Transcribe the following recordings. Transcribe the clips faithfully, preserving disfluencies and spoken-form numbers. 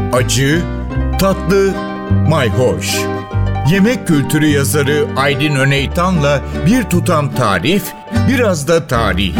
acı, tatlı, mayhoş. Yemek kültürü yazarı Aydin Öneytan'la bir tutam tarif, biraz da tarih.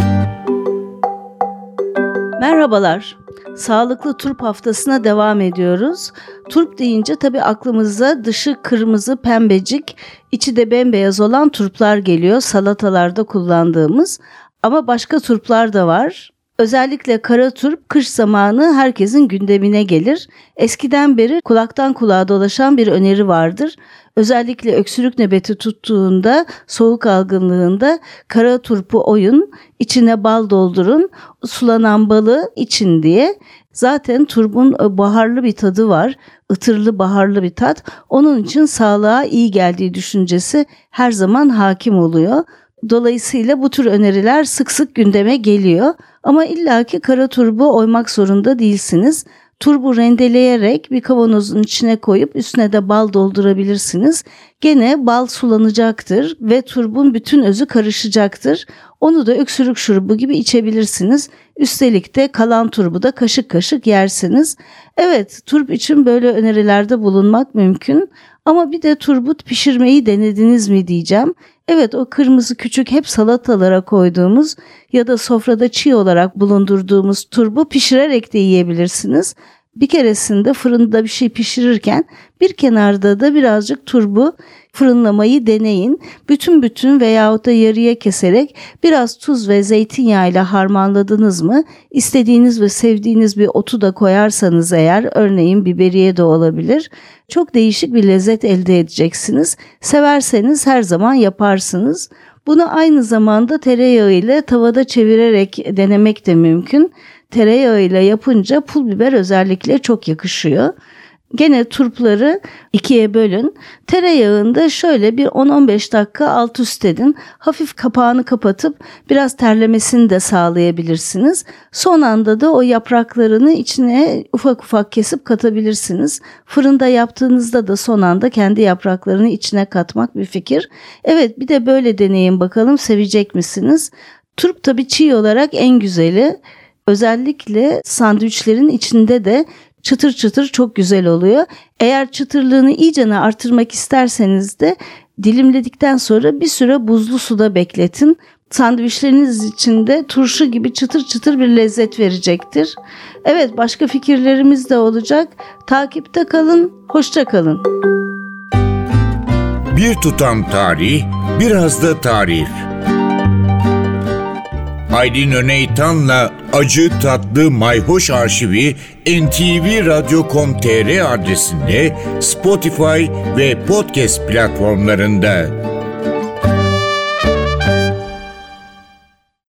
Merhabalar. Sağlıklı turp haftasına devam ediyoruz. Turp deyince tabii aklımıza dışı kırmızı pembecik, içi de bembeyaz olan turplar geliyor. Salatalarda kullandığımız. Ama başka turplar da var. Özellikle kara turp kış zamanı herkesin gündemine gelir. Eskiden beri kulaktan kulağa dolaşan bir öneri vardır. Özellikle öksürük nöbeti tuttuğunda, soğuk algınlığında kara turpu oyun, içine bal doldurun, sulanan balı için diye. Zaten turpun baharlı bir tadı var, ıtırlı baharlı bir tat. Onun için sağlığa iyi geldiği düşüncesi her zaman hakim oluyor. Dolayısıyla bu tür öneriler sık sık gündeme geliyor. Ama illaki kara turbu oymak zorunda değilsiniz. Turbu rendeleyerek bir kavanozun içine koyup üstüne de bal doldurabilirsiniz. Gene bal sulanacaktır ve turbun bütün özü karışacaktır. Onu da öksürük şurubu gibi içebilirsiniz. Üstelik de kalan turbu da kaşık kaşık yersiniz. Evet, turp için böyle önerilerde bulunmak mümkün. Ama bir de turbut pişirmeyi denediniz mi diyeceğim. Evet, o kırmızı küçük hep salatalara koyduğumuz ya da sofrada çiğ olarak bulundurduğumuz turbu pişirerek de yiyebilirsiniz. Bir keresinde fırında bir şey pişirirken bir kenarda da birazcık turbu fırınlamayı deneyin. Bütün bütün veyahut da yarıya keserek biraz tuz ve zeytinyağıyla harmanladınız mı? İstediğiniz ve sevdiğiniz bir otu da koyarsanız eğer, örneğin biberiye de olabilir. Çok değişik bir lezzet elde edeceksiniz. Severseniz her zaman yaparsınız. Bunu aynı zamanda tereyağı ile tavada çevirerek denemek de mümkün. Tereyağı ile yapınca pul biber özellikle çok yakışıyor. Gene turpları ikiye bölün. Tereyağında şöyle bir on on beş dakika alt üst edin. Hafif kapağını kapatıp biraz terlemesini de sağlayabilirsiniz. Son anda da o yapraklarını içine ufak ufak kesip katabilirsiniz. Fırında yaptığınızda da son anda kendi yapraklarını içine katmak bir fikir. Evet, bir de böyle deneyin bakalım, sevecek misiniz? Turp tabii çiğ olarak en güzeli. Özellikle sandviçlerin içinde de çıtır çıtır çok güzel oluyor. Eğer çıtırlığını iyicene artırmak isterseniz de dilimledikten sonra bir süre buzlu suda bekletin. Sandviçleriniz içinde turşu gibi çıtır çıtır bir lezzet verecektir. Evet, başka fikirlerimiz de olacak. Takipte kalın, hoşça kalın. Bir tutam tarih, biraz da tarif. Aydin Öneytan'la acı tatlı mayhoş arşivi en ti vi radyo nokta com nokta tr adresinde, Spotify ve podcast platformlarında.